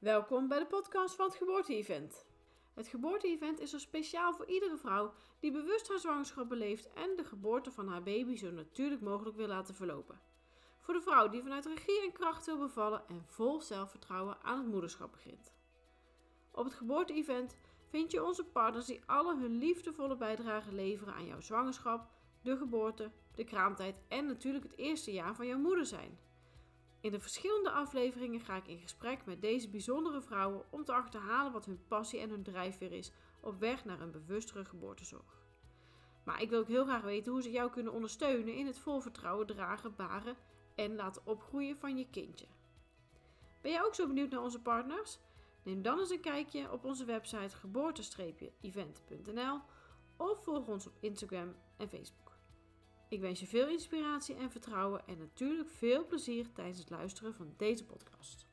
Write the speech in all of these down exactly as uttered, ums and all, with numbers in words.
Welkom bij de podcast van het Geboorte-event. Het Geboorte-event is er speciaal voor iedere vrouw die bewust haar zwangerschap beleeft en de geboorte van haar baby zo natuurlijk mogelijk wil laten verlopen. Voor de vrouw die vanuit regie en kracht wil bevallen en vol zelfvertrouwen aan het moederschap begint. Op het Geboorte-event vind je onze partners die alle hun liefdevolle bijdrage leveren aan jouw zwangerschap, de geboorte, de kraamtijd en natuurlijk het eerste jaar van jouw moeder zijn. In de verschillende afleveringen ga ik in gesprek met deze bijzondere vrouwen om te achterhalen wat hun passie en hun drijfveer is op weg naar een bewustere geboortezorg. Maar ik wil ook heel graag weten hoe ze jou kunnen ondersteunen in het vol vertrouwen dragen, baren en laten opgroeien van je kindje. Ben jij ook zo benieuwd naar onze partners? Neem dan eens een kijkje op onze website geboorte event punt n l of volg ons op Instagram en Facebook. Ik wens je veel inspiratie en vertrouwen en natuurlijk veel plezier tijdens het luisteren van deze podcast.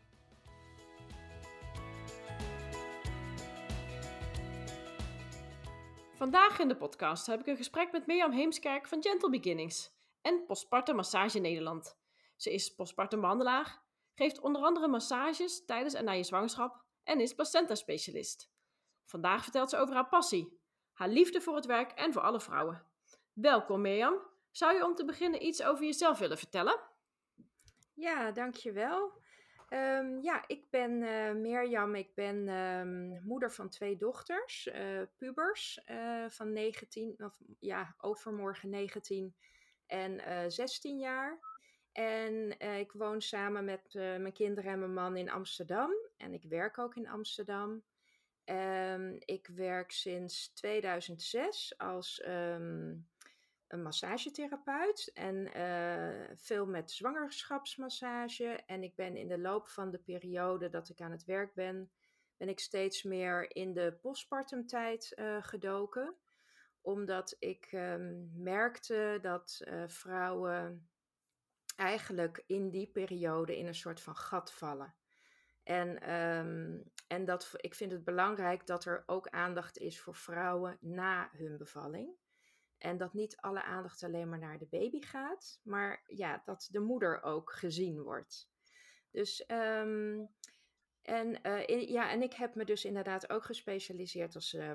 Vandaag in de podcast heb ik een gesprek met Mirjam Heemskerk van Gentle Beginnings en Postpartum Massage Nederland. Ze is postpartum behandelaar, geeft onder andere massages tijdens en na je zwangerschap en is placenta-specialist. Vandaag vertelt ze over haar passie, haar liefde voor het werk en voor alle vrouwen. Welkom Mirjam. Zou je om te beginnen iets over jezelf willen vertellen? Ja, dankjewel. Um, ja, ik ben uh, Mirjam. Ik ben um, moeder van twee dochters, uh, pubers uh, van negentien, of ja, overmorgen negentien en uh, zestien jaar. En uh, ik woon samen met uh, mijn kinderen en mijn man in Amsterdam. En ik werk ook in Amsterdam. Um, ik werk sinds tweeduizend zes als um, een massagetherapeut en uh, veel met zwangerschapsmassage. En ik ben in de loop van de periode dat ik aan het werk ben, ben ik steeds meer in de postpartumtijd uh, gedoken. Omdat ik um, merkte dat uh, vrouwen eigenlijk in die periode in een soort van gat vallen. En, um, en dat, ik vind het belangrijk dat er ook aandacht is voor vrouwen na hun bevalling. En dat niet alle aandacht alleen maar naar de baby gaat, maar ja, dat de moeder ook gezien wordt. Dus, um, en, uh, in, ja, en ik heb me dus inderdaad ook gespecialiseerd als uh,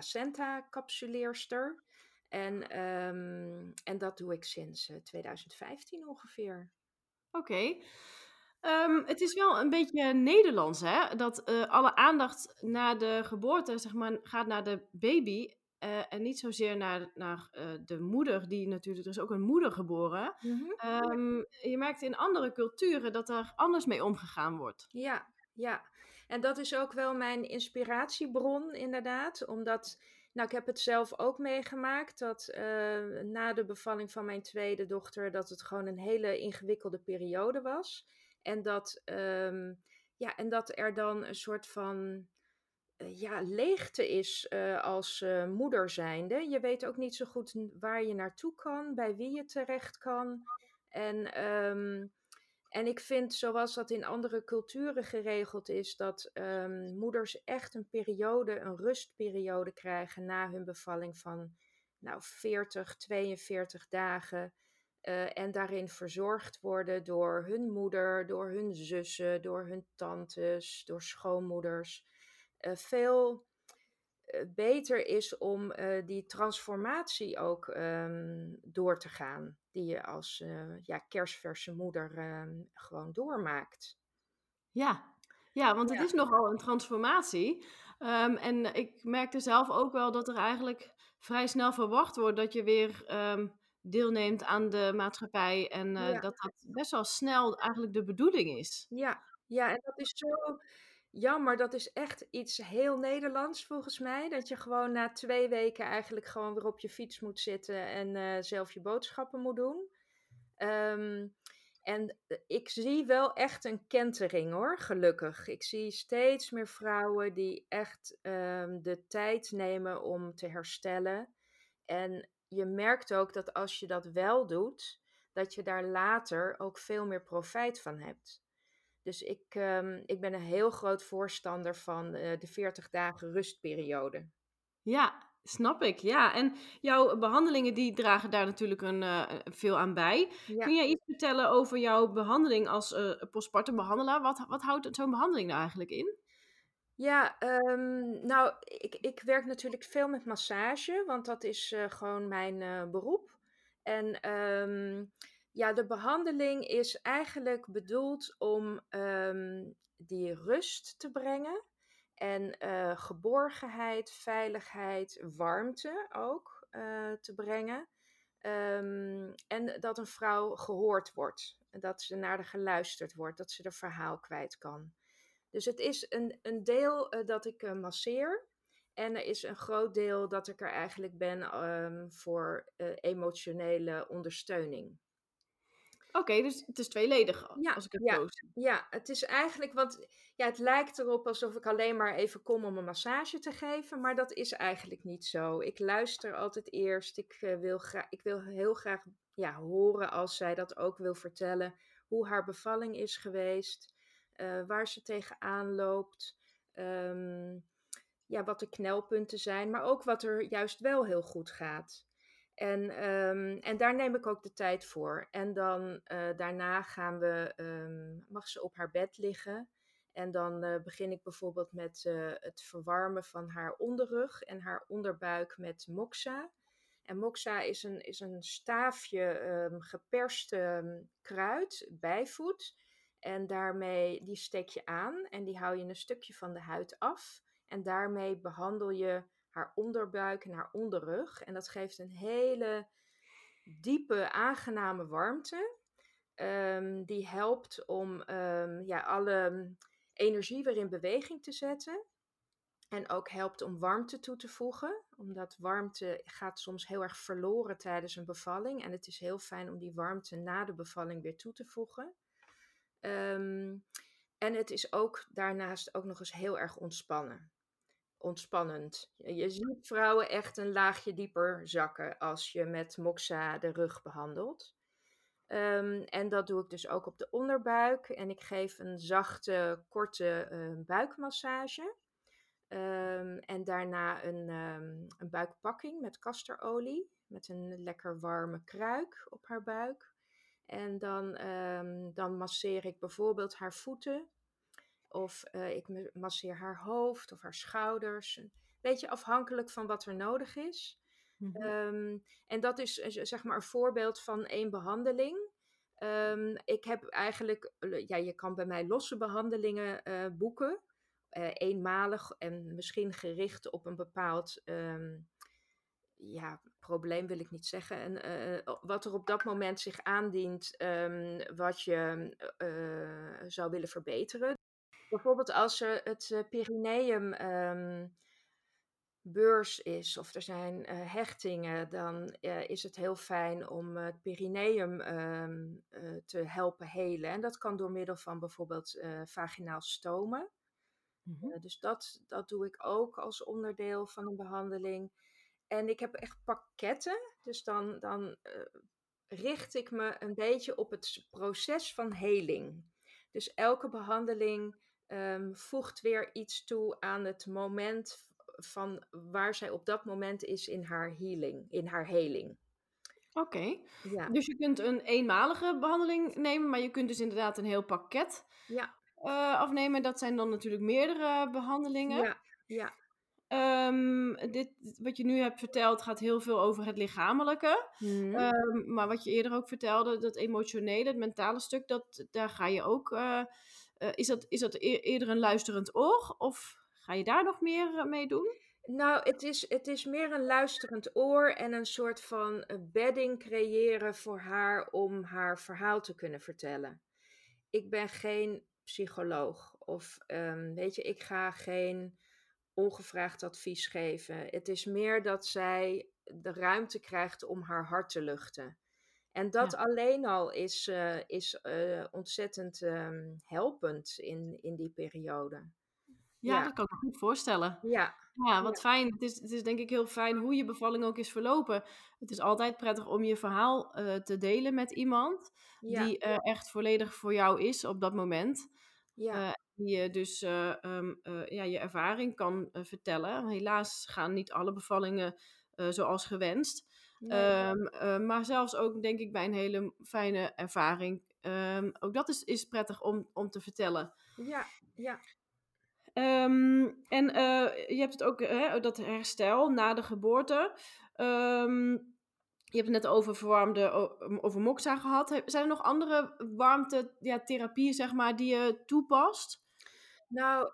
placenta-capsuleerster. En, um, en dat doe ik sinds uh, tweeduizend vijftien ongeveer. Oké. Okay. Um, het is wel een beetje Nederlands, hè? Dat uh, alle aandacht na de geboorte, zeg maar, gaat naar de baby. Uh, en niet zozeer naar, naar uh, de moeder, die natuurlijk, er is ook een moeder geboren. Mm-hmm. Um, je merkt in andere culturen dat er anders mee omgegaan wordt. Ja, ja. En dat is ook wel mijn inspiratiebron, inderdaad. Omdat, nou, ik heb het zelf ook meegemaakt, dat uh, na de bevalling van mijn tweede dochter, dat het gewoon een hele ingewikkelde periode was. En dat, um, ja, en dat er dan een soort van uh, ja, leegte is uh, als uh, moeder zijnde. Je weet ook niet zo goed waar je naartoe kan, bij wie je terecht kan. En, um, en ik vind, zoals dat in andere culturen geregeld is, dat um, moeders echt een periode, een rustperiode krijgen na hun bevalling van nou, veertig, tweeënveertig dagen. Uh, en daarin verzorgd worden door hun moeder, door hun zussen, door hun tantes, door schoonmoeders. Uh, veel uh, beter is om uh, die transformatie ook um, door te gaan. Die je als uh, ja, kerstverse moeder um, gewoon doormaakt. Ja, ja, want het Ja. is nogal een transformatie. Um, en ik merkte zelf ook wel dat er eigenlijk vrij snel verwacht wordt dat je weer um, deelneemt aan de maatschappij. En uh, Ja. dat dat best wel snel eigenlijk de bedoeling is. Ja, ja, en dat is zo jammer. Dat is echt iets heel Nederlands volgens mij. Dat je gewoon na twee weken eigenlijk gewoon weer op je fiets moet zitten en uh, zelf je boodschappen moet doen. Um, en ik zie wel echt een kentering hoor, gelukkig. Ik zie steeds meer vrouwen die echt um, de tijd nemen om te herstellen. En je merkt ook dat als je dat wel doet, dat je daar later ook veel meer profijt van hebt. Dus ik, um, ik ben een heel groot voorstander van uh, de veertig dagen rustperiode. Ja, snap ik. Ja, en jouw behandelingen die dragen daar natuurlijk een, uh, veel aan bij. Ja. Kun jij iets vertellen over jouw behandeling als uh, postpartum behandelaar? Wat, wat houdt zo'n behandeling nou eigenlijk in? Ja, ehm, nou, ik, ik werk natuurlijk veel met massage, want dat is eh, gewoon mijn eh, beroep. En ehm, ja, de behandeling is eigenlijk bedoeld om ehm, die rust te brengen en eh, geborgenheid, veiligheid, warmte ook eh, te brengen. Ehm, en dat een vrouw gehoord wordt, dat ze naar haar geluisterd wordt, dat ze haar verhaal kwijt kan. Dus het is een, een deel eh, dat ik eh, masseer. En er is een groot deel dat ik er eigenlijk ben ehm, voor eh, emotionele ondersteuning. Oké, dus het is tweeledig Ja, als ik het ja, zo zie. ja, het is eigenlijk, want ja, het lijkt erop alsof ik alleen maar even kom om een massage te geven, maar dat is eigenlijk niet zo. Ik luister altijd eerst. Ik, eh, wil, gra- ik wil heel graag ja, horen als zij dat ook wil vertellen, hoe haar bevalling is geweest, eh, waar ze tegenaan loopt, ehm, ja, wat de knelpunten zijn, maar ook wat er juist wel heel goed gaat. En, ehm, en daar neem ik ook de tijd voor. En dan eh, daarna gaan we, ehm, mag ze op haar bed liggen. En dan eh, begin ik bijvoorbeeld met eh, het verwarmen van haar onderrug en haar onderbuik met moxa. En moxa is een, is een staafje ehm, geperst ehm, kruid, bijvoet. En daarmee, die steek je aan en die hou je een stukje van de huid af. En daarmee behandel je haar onderbuik en haar onderrug. En dat geeft een hele diepe, aangename warmte. Um, die helpt om um, ja, alle energie weer in beweging te zetten. En ook helpt om warmte toe te voegen. Omdat warmte gaat soms heel erg verloren tijdens een bevalling. En het is heel fijn om die warmte na de bevalling weer toe te voegen. Um, en het is ook daarnaast ook nog eens heel erg ontspannen. Ontspannend. Je ziet vrouwen echt een laagje dieper zakken als je met moxa de rug behandelt. Um, en dat doe ik dus ook op de onderbuik. En ik geef een zachte, korte uh, buikmassage. Um, en daarna een, um, een buikpakking met castorolie. Met een lekker warme kruik op haar buik. En dan, um, dan masseer ik bijvoorbeeld haar voeten. Of uh, ik masseer haar hoofd of haar schouders. Een beetje afhankelijk van wat er nodig is. Mhm. Um, en dat is zeg maar een voorbeeld van één behandeling. Um, ik heb eigenlijk, ja, je kan bij mij losse behandelingen uh, boeken. Uh, eenmalig en misschien gericht op een bepaald um, ja, probleem wil ik niet zeggen. En, uh, wat er op dat moment zich aandient, um, wat je uh, zou willen verbeteren. Bijvoorbeeld als er het uh, perineum um, beurs is of er zijn uh, hechtingen, dan uh, is het heel fijn om uh, het perineum um, uh, te helpen helen. En dat kan door middel van bijvoorbeeld uh, vaginaal stomen. Mhm. Uh, dus dat, dat doe ik ook als onderdeel van een behandeling. En ik heb echt pakketten. Dus dan, dan uh, richt ik me een beetje op het proces van heling. Dus elke behandeling um, voegt weer iets toe aan het moment van waar zij op dat moment is in haar healing, in haar heling. Oké, okay. Ja. Dus je kunt een eenmalige behandeling nemen, maar je kunt dus inderdaad een heel pakket Ja. uh, afnemen. Dat zijn dan natuurlijk meerdere behandelingen. Ja, ja. Um, dit, wat je nu hebt verteld gaat heel veel over het lichamelijke. Hmm. Um, maar wat je eerder ook vertelde, dat emotionele, het mentale stuk, dat, daar ga je ook... Uh, uh, is, dat, is dat e- eerder een luisterend oor? Of ga je daar nog meer uh, mee doen? Nou, het is, het is meer een luisterend oor en een soort van bedding creëren voor haar om haar verhaal te kunnen vertellen. Ik ben geen psycholoog of um, weet je, ik ga geen ongevraagd advies geven. Het is meer dat zij de ruimte krijgt om haar hart te luchten. En dat Ja. alleen al is, uh, is uh, ontzettend um, helpend in, in die periode. Ja, Ja, dat kan ik me goed voorstellen. ja, Ja, wat ja, fijn. Het is, het is denk ik heel fijn hoe je bevalling ook is verlopen. Het is altijd prettig om je verhaal uh, te delen met iemand ja, die uh, echt volledig voor jou is op dat moment. ja, Uh, die je dus uh, um, uh, ja, je ervaring kan uh, vertellen. Helaas gaan niet alle bevallingen uh, zoals gewenst. Nee. Um, uh, maar zelfs ook denk ik bij een hele fijne ervaring. Um, ook dat is, is prettig om, om te vertellen. Ja, ja. Um, en uh, je hebt het ook, hè, dat herstel na de geboorte. Um, je hebt het net over verwarmde, over moxa gehad. Zijn er nog andere warmte, ja, therapieën, zeg maar, die je toepast? Nou,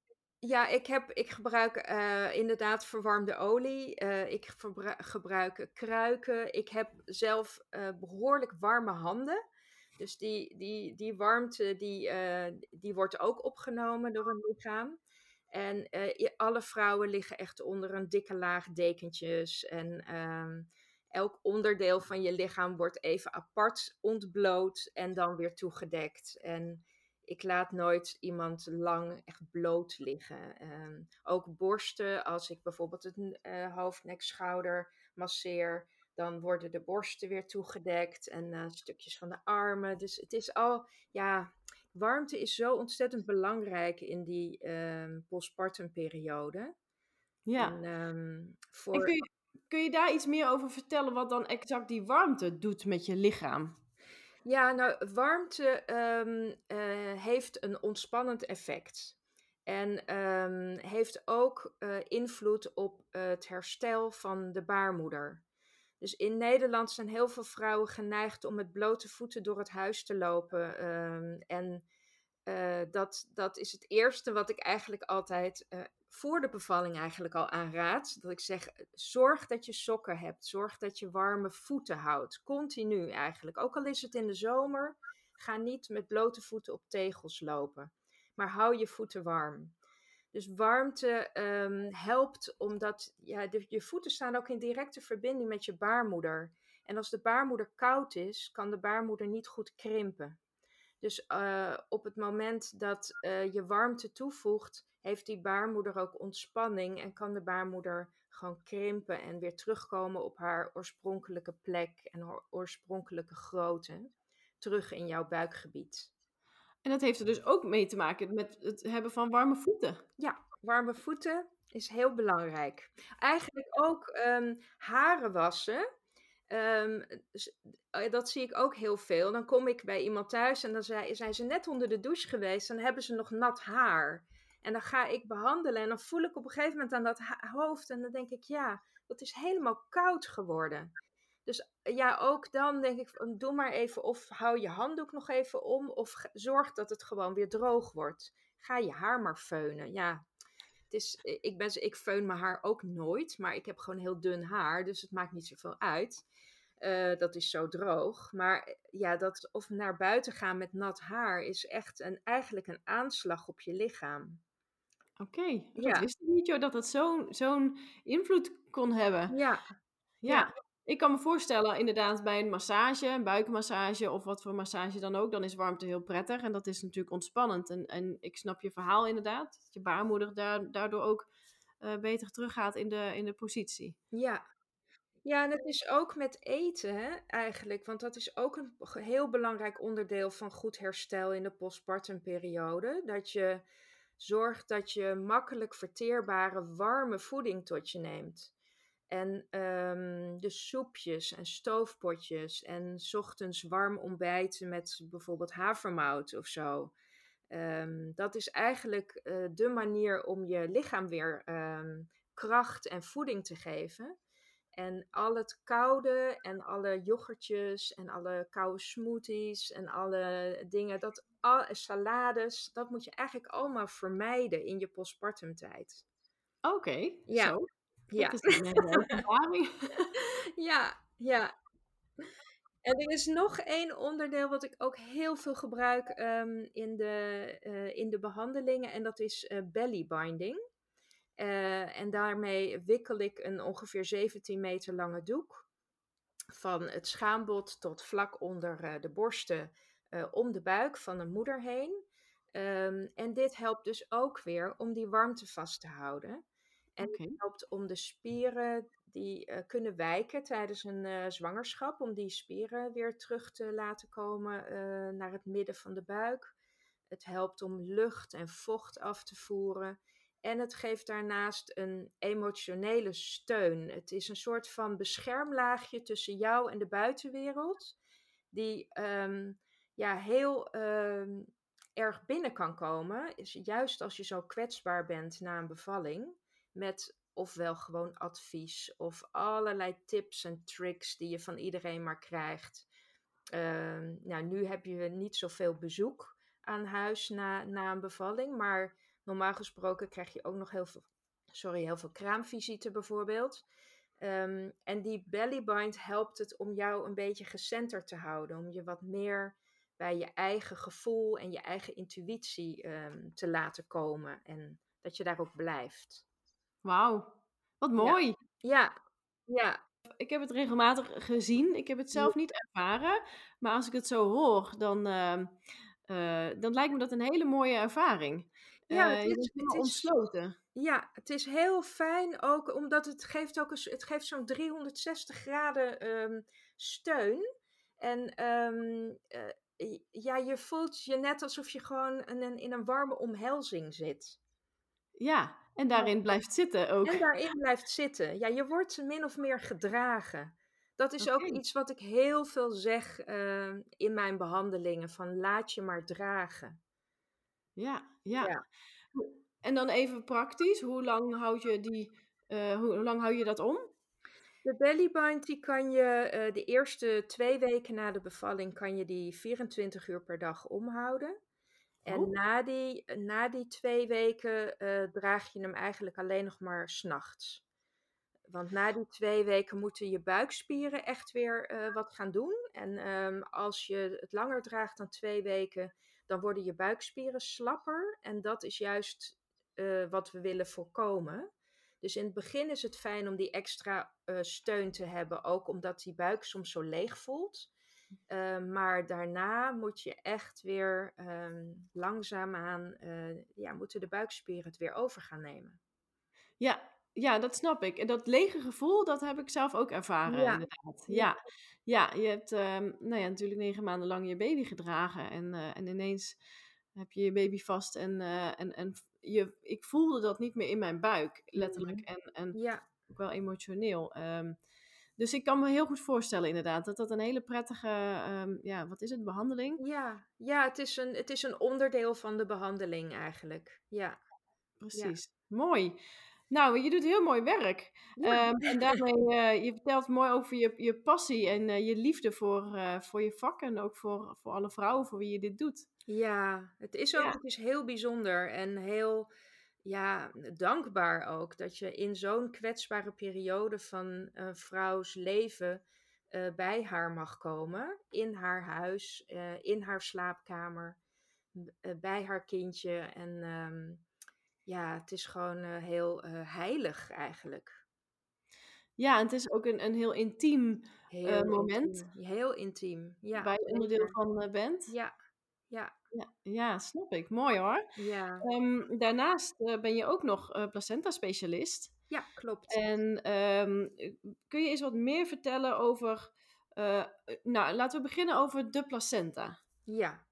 ja, ik, heb, ik gebruik uh, inderdaad verwarmde olie. Uh, ik verbru- gebruik kruiken. Ik heb zelf uh, behoorlijk warme handen. Dus die, die, die warmte die, uh, die wordt ook opgenomen door een lichaam. En uh, alle vrouwen liggen echt onder een dikke laag dekentjes. En um, elk onderdeel van je lichaam wordt even apart ontbloot en dan weer toegedekt. En ik laat nooit iemand lang echt bloot liggen. Um, ook borsten, als ik bijvoorbeeld het uh, hoofd, nek, schouder masseer, dan worden de borsten weer toegedekt en uh, stukjes van de armen. Dus het is al, ja, warmte is zo ontzettend belangrijk in die um, postpartum periode. Ja. En, um, voor... en kun, je, kun je daar iets meer over vertellen wat dan exact die warmte doet met je lichaam? Ja, nou, warmte um, uh, heeft een ontspannend effect. En um, heeft ook uh, invloed op uh, het herstel van de baarmoeder. Dus in Nederland zijn heel veel vrouwen geneigd om met blote voeten door het huis te lopen. Um, en uh, dat, dat is het eerste wat ik eigenlijk altijd uh, voor de bevalling eigenlijk al aanraad. Dat ik zeg, zorg dat je sokken hebt. Zorg dat je warme voeten houdt. Continu eigenlijk. Ook al is het in de zomer, ga niet met blote voeten op tegels lopen. Maar hou je voeten warm. Dus warmte um, helpt omdat ja, de, je voeten staan ook in directe verbinding met je baarmoeder. En als de baarmoeder koud is, kan de baarmoeder niet goed krimpen. Dus uh, op het moment dat uh, je warmte toevoegt, heeft die baarmoeder ook ontspanning en kan de baarmoeder gewoon krimpen en weer terugkomen op haar oorspronkelijke plek en haar oorspronkelijke grootte, terug in jouw buikgebied. En dat heeft er dus ook mee te maken met het hebben van warme voeten. Ja, warme voeten is heel belangrijk. Eigenlijk ook um, haren wassen. Um, dat zie ik ook heel veel. Dan kom ik bij iemand thuis en dan zijn ze net onder de douche geweest. Dan hebben ze nog nat haar. En dan ga ik behandelen en dan voel ik op een gegeven moment aan dat hoofd. En dan denk ik, ja, dat is helemaal koud geworden. Dus ja, ook dan denk ik, doe maar even of hou je handdoek nog even om. Of zorg dat het gewoon weer droog wordt. Ga je haar maar feunen. Ja, het is, ik, ben, ik feun mijn haar ook nooit. Maar ik heb gewoon heel dun haar. Dus het maakt niet zoveel uit. Uh, dat is zo droog. Maar ja, dat of naar buiten gaan met nat haar is echt een, eigenlijk een aanslag op je lichaam. Oké, okay. Ja. Dat wist ik niet, joh, dat het zo'n zo'n invloed kon hebben. Ja. Ja. ja. Ik kan me voorstellen, inderdaad, bij een massage, een buikmassage of wat voor massage dan ook, dan is warmte heel prettig en dat is natuurlijk ontspannend. En, en ik snap je verhaal inderdaad, dat je baarmoeder daar, daardoor ook uh, beter teruggaat in de, in de positie. Ja. Ja, en het is ook met eten hè, eigenlijk, want dat is ook een heel belangrijk onderdeel van goed herstel in de postpartumperiode. Dat je zorgt dat je makkelijk verteerbare warme voeding tot je neemt. En um, de soepjes en stoofpotjes en 's ochtends warm ontbijten met bijvoorbeeld havermout of zo. Um, dat is eigenlijk uh, de manier om je lichaam weer um, kracht en voeding te geven. En al het koude en alle yoghurtjes en alle koude smoothies en alle dingen, dat, al, salades, dat moet je eigenlijk allemaal vermijden in je postpartumtijd. Oké, okay, ja. zo. Ja. Dat is een hele ervaring. ja, ja. En er is nog één onderdeel wat ik ook heel veel gebruik um, in, de, uh, in de behandelingen en dat is uh, belly binding. Uh, en daarmee wikkel ik een ongeveer zeventien meter lange doek van het schaambod tot vlak onder uh, de borsten uh, om de buik van de moeder heen. Um, en dit helpt dus ook weer om die warmte vast te houden. En okay. Het helpt om de spieren die uh, kunnen wijken tijdens een uh, zwangerschap, om die spieren weer terug te laten komen uh, naar het midden van de buik. Het helpt om lucht en vocht af te voeren. En het geeft daarnaast een emotionele steun. Het is een soort van beschermlaagje tussen jou en de buitenwereld, die ehm, ja, heel ehm, erg binnen kan komen. Is juist als je zo kwetsbaar bent na een bevalling, met ofwel gewoon advies of allerlei tips en tricks die je van iedereen maar krijgt. Ehm, nou, nu heb je niet zoveel bezoek aan huis na, na een bevalling, maar normaal gesproken krijg je ook nog heel veel, sorry, heel veel kraamvisite bijvoorbeeld. Ehm, en die bellybind helpt het om jou een beetje gecenterd te houden, om je wat meer bij je eigen gevoel en je eigen intuïtie ehm, te laten komen en dat je daar ook blijft. Wauw, wat Ja, mooi. ja, ja, Ik heb het regelmatig gezien. Ik heb het zelf ja, niet ervaren. Maar als ik het zo hoor, dan, ehm, eh, dan lijkt me dat een hele mooie ervaring. ja, het Eh, je is, bent het helemaal is ontsloten. Ja, het is heel fijn ook omdat het geeft ook een, s- het geeft zo'n driehonderdzestig graden ehm, steun. En ehm, eh, j- ja, je voelt je net alsof je gewoon in een, in een warme omhelzing zit. Ja, en Ja. daarin blijft zitten ook. En daarin blijft zitten. Ja, je wordt min of meer gedragen. Dat is ook Oké, iets wat ik heel veel zeg ehm, in mijn behandelingen, van laat je maar dragen. ja, ja. Ja. Hoe- En dan even praktisch, hoe lang houd je die, eh, hoe, hoe lang hou je dat om? De bellybind die kan je eh, de eerste twee weken na de bevalling kan je die vierentwintig uur per dag omhouden. En Oh, na die, na die twee weken eh, draag je hem eigenlijk alleen nog maar 's nachts. Want na die twee weken moeten je buikspieren echt weer eh, wat gaan doen. En ehm, als je het langer draagt dan twee weken, dan worden je buikspieren slapper. En dat is juist eh, wat we willen voorkomen. Dus in het begin is het fijn om die extra eh, steun te hebben, ook omdat die buik soms zo leeg voelt. Eh, maar daarna moet je echt weer um, langzaamaan, eh, ja, moeten de buikspieren het weer over gaan nemen. ja, ja, dat snap ik. En dat lege gevoel, dat heb ik zelf ook ervaren, Ja, inderdaad. ja, Ja, ja, je hebt, ehm, nou ja, natuurlijk negen maanden lang je baby gedragen en, eh, en ineens heb je je baby vast en, eh, en, en je, ik voelde dat niet meer in mijn buik, letterlijk mhm, en, en ja. ook wel emotioneel. Ehm, dus ik kan me heel goed voorstellen, inderdaad, dat dat een hele prettige, ehm, ja, wat is het, behandeling? Ja, ja, het is een, het is een onderdeel van de behandeling eigenlijk. Ja, ja, Precies. Mooi. Nou, je doet heel mooi werk. ja, Ehm, en daarmee, eh, je vertelt mooi over je, je passie en eh, je liefde voor, eh, voor je vak en ook voor, voor alle vrouwen voor wie je dit doet. ja. Het is ook, Ja, het is heel bijzonder en heel, ja, dankbaar ook dat je in zo'n kwetsbare periode van een vrouws leven eh, bij haar mag komen. In haar huis, eh, in haar slaapkamer, b- eh, bij haar kindje. En ehm, ja, het is gewoon eh, heel eh, heilig eigenlijk. ja, en het is ook een, een heel intiem eh, Heel moment intiem, heel intiem. Ja, waar je onderdeel zeker. van eh, bent. Ja, ja, Ja, ja, snap ik. Mooi hoor. ja, Ehm, daarnaast eh, ben je ook nog eh, placenta-specialist. ja, klopt. En ehm, kun je eens wat meer vertellen over, eh, nou, laten we beginnen over de placenta. Ja.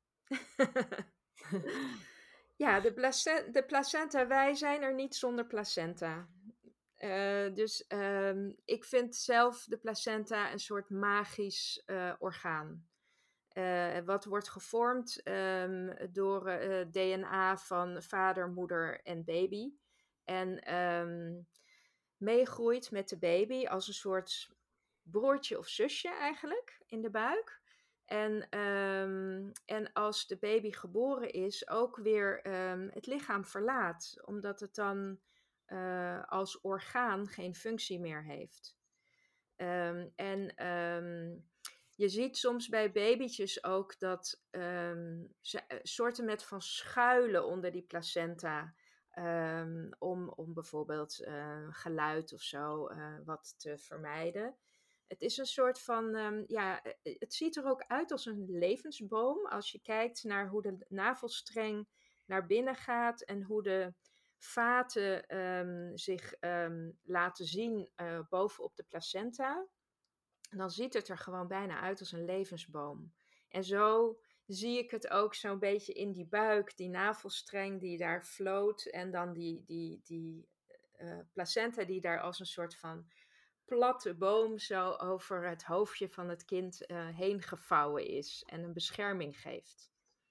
Ja, de placenta, de placenta, wij zijn er niet zonder placenta. Eh, dus ehm, ik vind zelf de placenta een soort magisch eh, orgaan. Eh, wat wordt gevormd ehm, door eh, D N A van vader, moeder en baby. En ehm, meegroeit met de baby als een soort broertje of zusje eigenlijk in de buik. En, ehm, en als de baby geboren is, ook weer ehm, het lichaam verlaat, omdat het dan eh, als orgaan geen functie meer heeft. Ehm, en ehm, je ziet soms bij babytjes ook dat um, ze eh, soorten met van schuilen onder die placenta. Um, om, om bijvoorbeeld uh, geluid of zo uh, wat te vermijden. Het is een soort van, um, ja, het ziet er ook uit als een levensboom. Als je kijkt naar hoe de navelstreng naar binnen gaat en hoe de vaten um, zich um, laten zien uh, bovenop de placenta, dan ziet het er gewoon bijna uit als een levensboom. En zo zie ik het ook zo'n beetje in die buik, die navelstreng die daar floot. En dan die, die, die eh, placenta die daar als een soort van platte boom zo over het hoofdje van het kind eh, heen gevouwen is. En een bescherming geeft.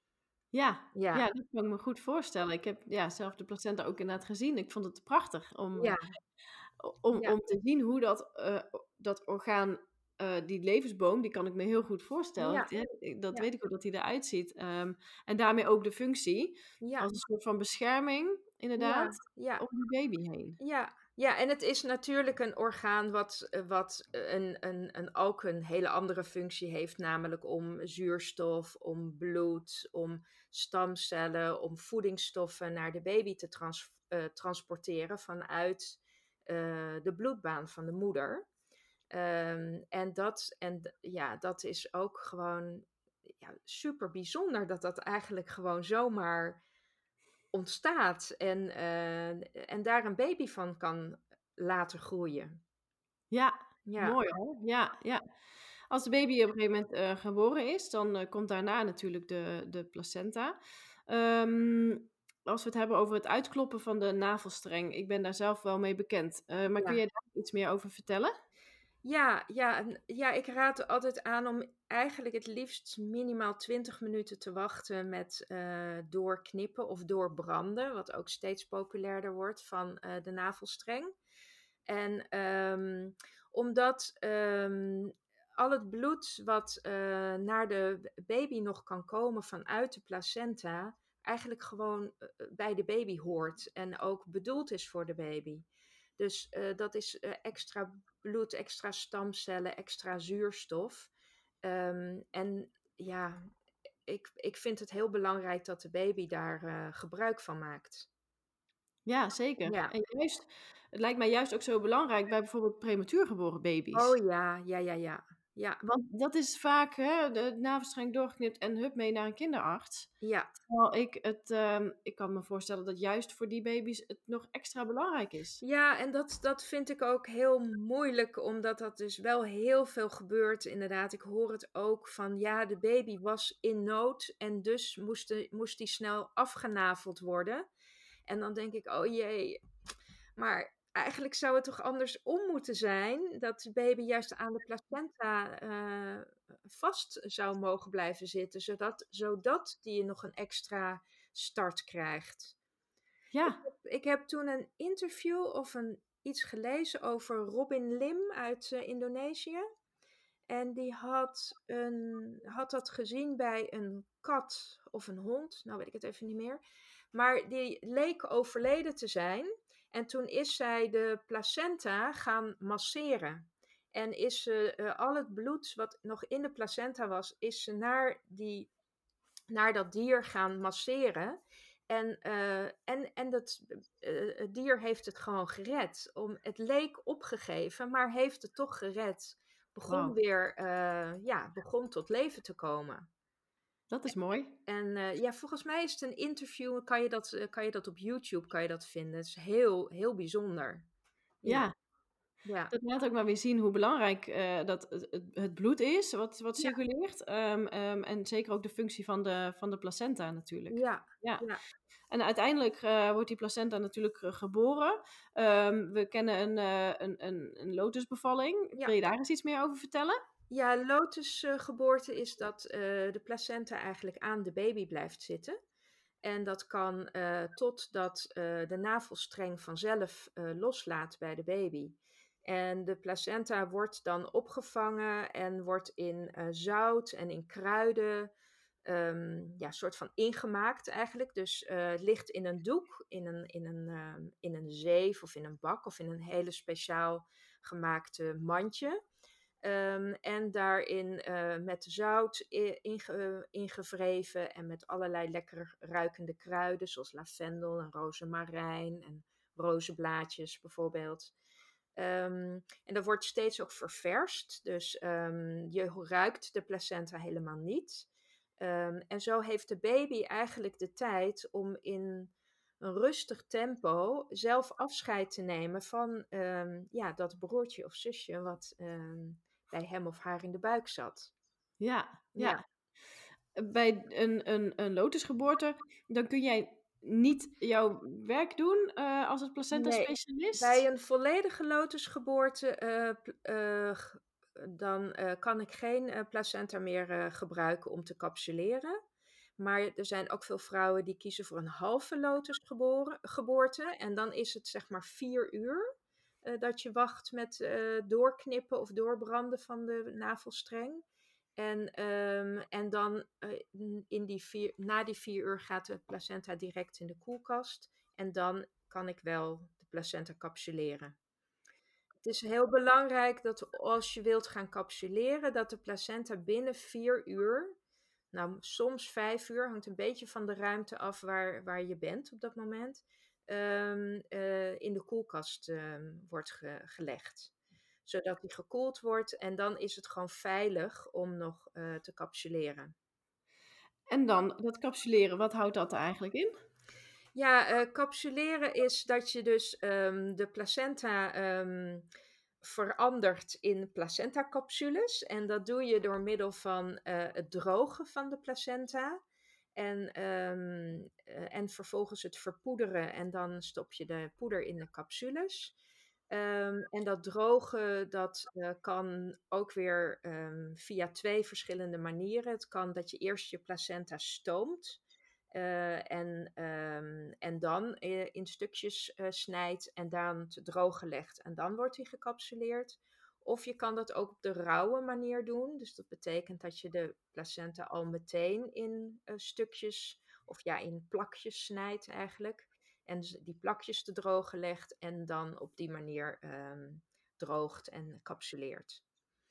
Ja, Ja, ja, dat kan ik me goed voorstellen. Ik heb, ja, zelf de placenta ook inderdaad gezien. Ik vond het prachtig om, ja, o om ja, om te zien hoe dat, eh, o dat orgaan, eh, die levensboom, die kan ik me heel goed voorstellen. ja, Het hè, ik dat ja, weet ik hoe dat die eruit ziet. Ehm, en daarmee ook de functie ja, als een soort van bescherming, ja, inderdaad, ja. om die baby heen. Ja, ja, en het is natuurlijk een orgaan wat, eh, wat eh, een, een, een, ook een hele andere functie heeft, namelijk om zuurstof, om bloed, om stamcellen, om voedingsstoffen naar de baby te trans, eh, transporteren vanuit eh, de bloedbaan van de moeder. Ehm, en dat, en d- ja, dat is ook gewoon ja, super bijzonder dat dat eigenlijk gewoon zomaar ontstaat en, eh, en daar een baby van kan laten groeien. Ja, Ja, mooi hoor. Ja, ja. Als de baby op een gegeven moment, eh, geboren is, dan, eh, komt daarna natuurlijk de de placenta. Ehm, Als we het hebben over het uitkloppen van de navelstreng, ik ben daar zelf wel mee bekend. Eh, maar kun ja. jij daar iets meer over vertellen? Ja, ja, en ja, ik raad altijd aan om eigenlijk het liefst minimaal twintig minuten te wachten met eh, doorknippen of doorbranden, wat ook steeds populairder wordt van eh, de navelstreng. En ehm, omdat ehm, al het bloed wat eh, naar de baby nog kan komen vanuit de placenta, eigenlijk gewoon eh, bij de baby hoort en ook bedoeld is voor de baby. Dus eh, dat is eh, extra bloed, extra stamcellen, extra zuurstof. Ehm, en ja, ik, ik vind het heel belangrijk dat de baby daar eh, gebruik van maakt. Ja, zeker. Ja. En juist het lijkt mij juist ook zo belangrijk bij bijvoorbeeld prematuur geboren Oh baby's. ja, ja, ja, ja. Ja, Want dat is vaak, hè, de navelstreng doorgeknipt en hup mee naar een kinderarts. ja. Terwijl ik het, ehm, ik kan me voorstellen dat juist voor die baby's het nog extra belangrijk is. Ja, en dat, dat vind ik ook heel moeilijk, omdat dat dus wel heel veel gebeurt. Inderdaad, ik hoor het ook van ja, de baby was in nood en dus moest, de, moest die snel afgenaveld worden. En dan denk ik, oh jee, maar eigenlijk zou het toch andersom moeten zijn, dat de baby juist aan de placenta eh, vast zou mogen blijven zitten, zodat, zodat die nog een extra start krijgt. Ik Ja, heb, ik heb toen een interview of een, iets gelezen over Robin Lim uit eh, Indonesië. En die had, een, had dat gezien bij een kat of een hond. Nou weet ik het even niet meer. Maar die leek overleden te zijn. En toen is zij de placenta gaan masseren. En is ze eh, al het bloed wat nog in de placenta was, is ze naar, die, naar dat dier gaan masseren. En, eh, en, en dat eh, het dier heeft het gewoon gered. Om, het leek opgegeven, maar heeft het toch gered. Begon wauw, weer, eh, ja, begon tot leven te komen. dat is mooi. En eh, ja, volgens mij is het een interview, kan je dat, eh, kan je dat op YouTube kan je dat vinden. Het is heel, heel bijzonder. Ja, Ja, ja, dat laat ook maar weer zien hoe belangrijk, eh, dat het het het bloed is wat wat ja, circuleert, ehm, ehm, en zeker ook de functie van de van de placenta natuurlijk. ja, Ja, ja. en uiteindelijk, eh, wordt die placenta natuurlijk, eh, geboren. Ehm, we kennen een, eh, een een een lotusbevalling. Ja, Wil je daar eens iets meer over vertellen? ja, lotusgeboorte is dat eh, de placenta eigenlijk aan de baby blijft zitten. En dat kan uh, totdat uh, de navelstreng vanzelf uh, loslaat bij de baby. En de placenta wordt dan opgevangen en wordt in uh, zout en in kruiden um, ja, soort van ingemaakt eigenlijk. Dus uh, het ligt in een doek, in een, in, een, uh, in een zeef of in een bak of in een hele speciaal gemaakte mandje. Um, en daarin uh, met zout inge, ingewreven en met allerlei lekker ruikende kruiden, zoals lavendel en rozemarijn en rozenblaadjes bijvoorbeeld. Um, en dat wordt steeds ook ververst, dus um, je ruikt de placenta helemaal niet. Um, en zo heeft de baby eigenlijk de tijd om in een rustig tempo zelf afscheid te nemen van um, ja, dat broertje of zusje wat um, bij hem of haar in de buik zat. Ja, Ja, ja. bij een, een, een lotusgeboorte, dan kun jij niet jouw werk doen uh, als het Nee, bij placenta-specialist? een volledige lotusgeboorte uh, pl- uh, g- dan uh, kan ik geen uh, placenta meer uh, gebruiken om te capsuleren. Maar er zijn ook veel vrouwen die kiezen voor een halve lotusgeboorte. En dan is het zeg maar vier uur uh, dat je wacht met uh, doorknippen of doorbranden van de navelstreng. En, um, en dan uh, in die vier, na die vier uur gaat de placenta direct in de koelkast. En dan kan ik wel de placenta capsuleren. Het is heel belangrijk dat als je wilt gaan capsuleren, dat de placenta binnen vier uur, nou soms vijf uur, hangt een beetje van de ruimte af waar, waar je bent op dat moment, um, uh, in de koelkast um, wordt ge- gelegd. Zodat die gekoeld wordt en dan is het gewoon veilig om nog uh, te capsuleren. En dan dat capsuleren, wat houdt dat er eigenlijk in? Ja, uh, capsuleren is dat je dus um, de placenta um, verandert in placentacapsules. En dat doe je door middel van uh, het drogen van de placenta. En, um, uh, en vervolgens het verpoederen en dan stop je de poeder in de capsules. Um, en dat drogen, dat uh, kan ook weer um, via twee verschillende manieren. Het kan dat je eerst je placenta stoomt. Uh, en, um, en dan uh, in stukjes uh, snijdt en dan te drogen legt. En dan wordt hij gecapsuleerd. Of je kan dat ook op de rauwe manier doen. Dus dat betekent dat je de placenta al meteen in uh, stukjes, of ja, in plakjes snijdt eigenlijk. En die plakjes te drogen legt en dan op die manier um, droogt en capsuleert.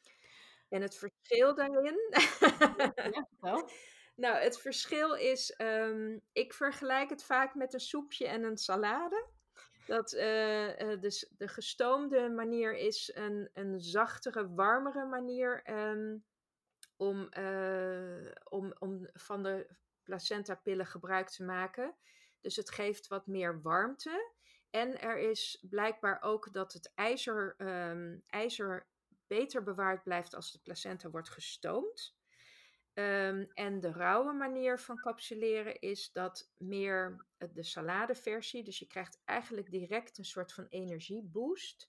En het verschil daarin. Ja, wel. Nou, het verschil is, um, ik vergelijk het vaak met een soepje en een salade. Dat uh, uh, dus de gestoomde manier is een, een zachtere, warmere manier um, om, uh, om, om van de placentapillen gebruik te maken. Dus het geeft wat meer warmte. En er is blijkbaar ook dat het ijzer, um, ijzer beter bewaard blijft als de placenta wordt gestoomd. Um, en de rauwe manier van capsuleren is dat meer de saladeversie. Dus je krijgt eigenlijk direct een soort van energieboost.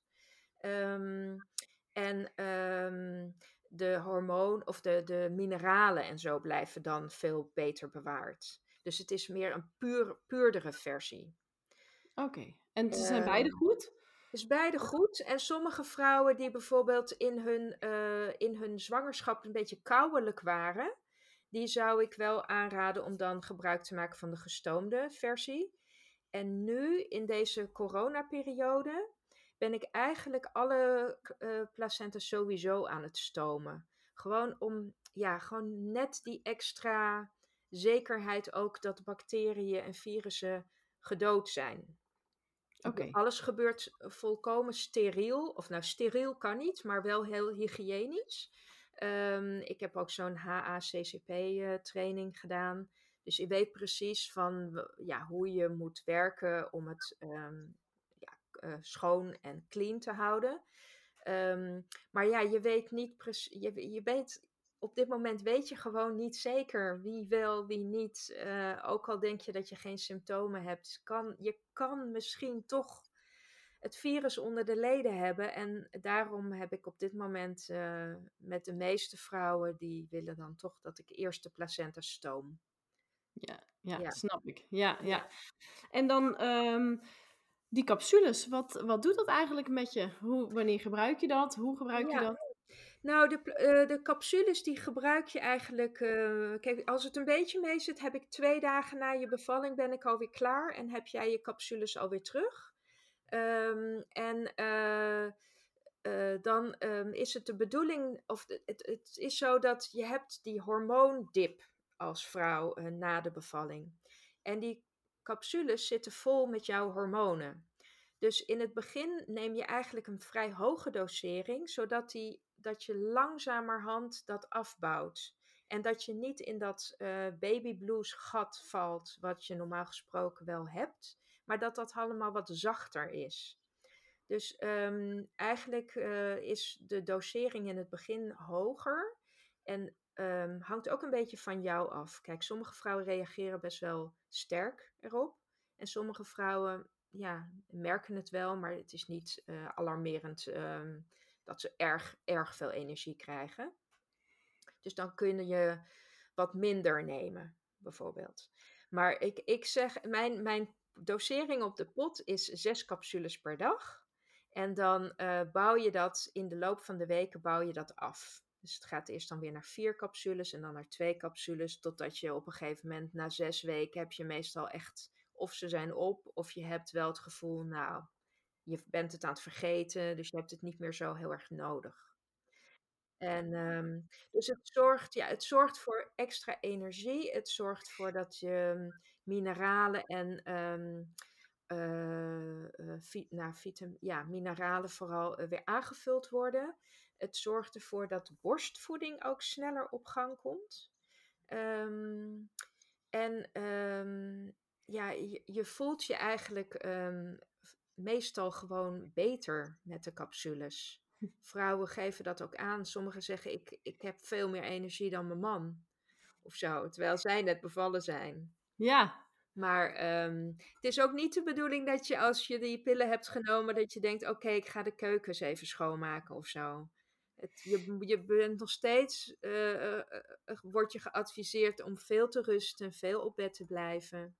Um, en um, de hormoon of de, de mineralen en zo blijven dan veel beter bewaard. Dus het is meer een puur, puurdere versie. Oké, okay. En ze zijn beide Um, goed? Dus beide goed. En sommige vrouwen die bijvoorbeeld in hun, uh, in hun zwangerschap een beetje kouwelijk waren, die zou ik wel aanraden om dan gebruik te maken van de gestoomde versie. En nu, in deze coronaperiode, ben ik eigenlijk alle uh, placenta's sowieso aan het stomen. Gewoon om, ja, gewoon net die extra zekerheid ook dat bacteriën en virussen gedood zijn. Oké. Okay. Alles gebeurt volkomen steriel. Of nou, steriel kan niet, maar wel heel hygiënisch. Um, ik heb ook zo'n H A C C P uh, training gedaan. Dus je weet precies van ja, hoe je moet werken om het um, ja, uh, schoon en clean te houden. Um, maar ja, je weet niet precies. Je, je weet, op dit moment weet je gewoon niet zeker wie wel, wie niet. Uh, ook al denk je dat je geen symptomen hebt. Kan, je kan misschien toch het virus onder de leden hebben. En daarom heb ik op dit moment uh, met de meeste vrouwen, die willen dan toch dat ik eerst de placenta stoom. Ja, ja, Ja. snap ik. Ja, ja. Ja. En dan um, die capsules, wat, wat doet dat eigenlijk met je? Hoe, wanneer gebruik je dat? Hoe gebruik je Ja. dat? Nou, de, uh, de capsules die gebruik je eigenlijk. Uh, kijk, als het een beetje mee zit, heb ik twee dagen na je bevalling ben ik alweer klaar en heb jij je capsules alweer terug. Um, en uh, uh, dan um, is het de bedoeling, of de, het, het is zo dat je hebt die hormoondip als vrouw uh, na de bevalling. En die capsules zitten vol met jouw hormonen. Dus in het begin neem je eigenlijk een vrij hoge dosering, zodat die, dat je langzamerhand dat afbouwt. En dat je niet in dat uh, baby blues gat valt, wat je normaal gesproken wel hebt, maar dat dat allemaal wat zachter is. Dus um, eigenlijk uh, is de dosering in het begin hoger. En um, hangt ook een beetje van jou af. Kijk, sommige vrouwen reageren best wel sterk erop. En sommige vrouwen, ja, merken het wel, maar het is niet uh, alarmerend um, dat ze erg, erg veel energie krijgen. Dus dan kun je wat minder nemen, bijvoorbeeld. Maar ik, ik zeg, mijn, mijn dosering op de pot is zes capsules per dag. En dan uh, bouw je dat in de loop van de weken bouw je dat af. Dus het gaat eerst dan weer naar vier capsules en dan naar twee capsules. Totdat je op een gegeven moment na zes weken heb je meestal echt, of ze zijn op, of je hebt wel het gevoel, nou, je bent het aan het vergeten. Dus je hebt het niet meer zo heel erg nodig. En um, dus het zorgt, ja, het zorgt voor extra energie. Het zorgt voor dat je mineralen en um, uh, uh, vi- nou, vitam- ja, mineralen vooral uh, weer aangevuld worden. Het zorgt ervoor dat de borstvoeding ook sneller op gang komt. Um, en um, ja, je, je voelt je eigenlijk um, meestal gewoon beter met de capsules. Vrouwen geven dat ook aan. Sommigen zeggen, ik, ik heb veel meer energie dan mijn man. Of zo, terwijl zij net bevallen zijn. Ja. Maar um, het is ook niet de bedoeling dat je als je die pillen hebt genomen, dat je denkt, oké, okay, ik ga de keukens even schoonmaken of zo. Het, je, je bent nog steeds, uh, uh, uh, word je geadviseerd om veel te rusten, veel op bed te blijven.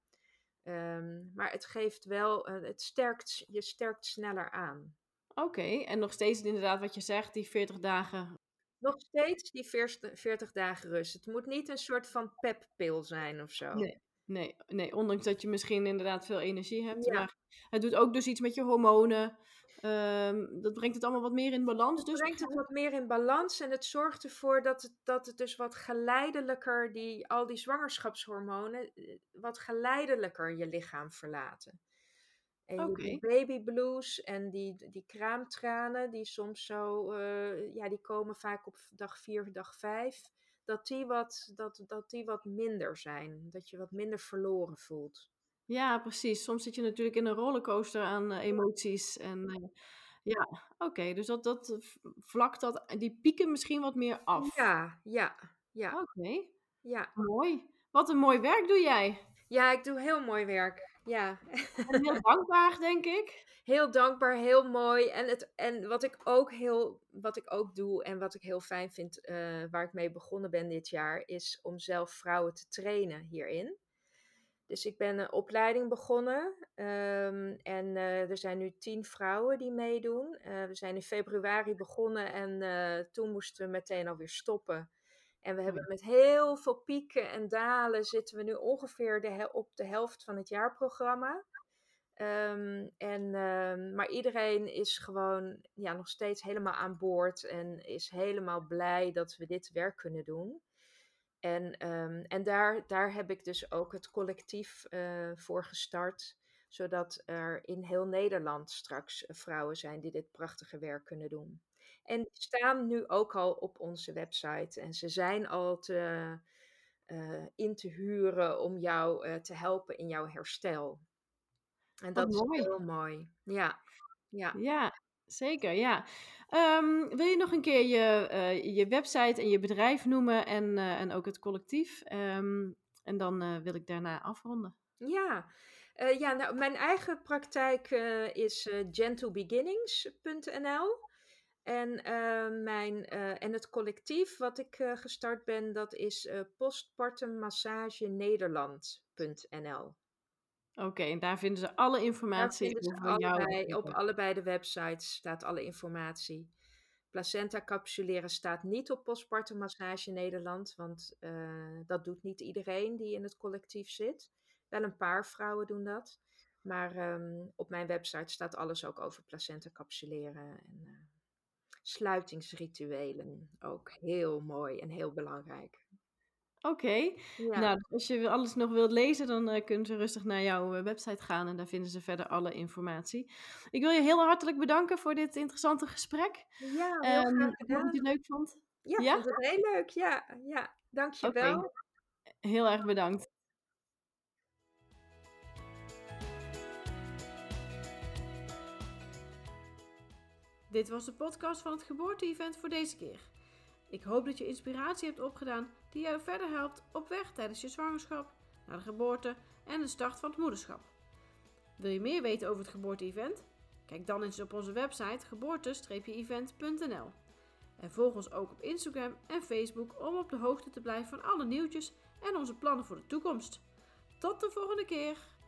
Um, maar het geeft wel, uh, het sterkt, je sterkt sneller aan. Oké, okay. En nog steeds inderdaad wat je zegt, die veertig dagen. Nog steeds die veertig dagen rust. Het moet niet een soort van peppil zijn of zo. Nee, nee, nee, ondanks dat je misschien inderdaad veel energie hebt. Ja. Maar het doet ook dus iets met je hormonen. Um, dat brengt het allemaal wat meer in balans. Het dus brengt het wat meer in balans en het zorgt ervoor dat het, dat het dus wat geleidelijker, die, al die zwangerschapshormonen, wat geleidelijker je lichaam verlaten. En Oké. Okay. Die baby blues en die, die kraamtranen, die soms zo, uh, ja, die komen vaak op dag vier, dag vijf, dat die, wat, dat, dat die wat minder zijn. Dat je wat minder verloren voelt. Ja, precies. Soms zit je natuurlijk in een rollercoaster aan uh, emoties. En uh, ja, oké. Okay. Dus dat, dat vlakt dat, die pieken misschien wat meer af. Ja, ja, ja. Oké. Okay. Ja. Mooi. Wat een mooi werk doe jij. Ja, ik doe heel mooi werk. Ja. En heel dankbaar, denk ik. Heel dankbaar, heel mooi. En, het, en wat ik ook heel, wat ik ook doe en wat ik heel fijn vind, uh, waar ik mee begonnen ben dit jaar, is om zelf vrouwen te trainen hierin. Dus ik ben een opleiding begonnen um, en uh, er zijn nu tien vrouwen die meedoen. Uh, we zijn in februari begonnen en uh, toen moesten we meteen alweer stoppen. En we hebben Oh. met heel veel pieken en dalen zitten we nu ongeveer de hel- op de helft van het jaarprogramma. Um, en, um, maar iedereen is gewoon ja, nog steeds helemaal aan boord en is helemaal blij dat we dit werk kunnen doen. En, um, en daar, daar heb ik dus ook het collectief uh, voor gestart, zodat er in heel Nederland straks vrouwen zijn die dit prachtige werk kunnen doen. En die staan nu ook al op onze website en ze zijn al te, uh, in te huren om jou uh, te helpen in jouw herstel. En dat Wat is mooi. heel mooi. Ja, ja. Ja, zeker, ja. Um, wil je nog een keer je, uh, je website en je bedrijf noemen en, uh, en ook het collectief? Um, en dan uh, wil ik daarna afronden. Ja, uh, ja nou, mijn eigen praktijk uh, is uh, gentle beginnings punt n l. En, uh, mijn, uh, en het collectief wat ik uh, gestart ben, dat is uh, postpartum massage nederland punt n l. Oké, okay, en daar vinden ze alle informatie daar vinden ze over jou. Allebei, op allebei de websites staat alle informatie. Placenta capsuleren staat niet op postpartum massage Nederland, want uh, dat doet niet iedereen die in het collectief zit. Wel een paar vrouwen doen dat. Maar um, op mijn website staat alles ook over placenta capsuleren en uh, sluitingsrituelen. Ook heel mooi en heel belangrijk. Oké, okay. Ja. Nou, als je alles nog wilt lezen, dan uh, kunnen ze rustig naar jouw uh, website gaan en daar vinden ze verder alle informatie. Ik wil je heel hartelijk bedanken voor dit interessante gesprek. Ja, heel um, graag gedaan. Hoop je het leuk vond? Ja, ik ja? vond het heel leuk. Ja, ja. Dank je wel. Okay. Heel erg bedankt. Dit was de podcast van het geboorte-event voor deze keer. Ik hoop dat je inspiratie hebt opgedaan die jou verder helpt op weg tijdens je zwangerschap, naar de geboorte en de start van het moederschap. Wil je meer weten over het geboorte-event? Kijk dan eens op onze website geboorte event punt n l. En volg ons ook op Instagram en Facebook om op de hoogte te blijven van alle nieuwtjes en onze plannen voor de toekomst. Tot de volgende keer!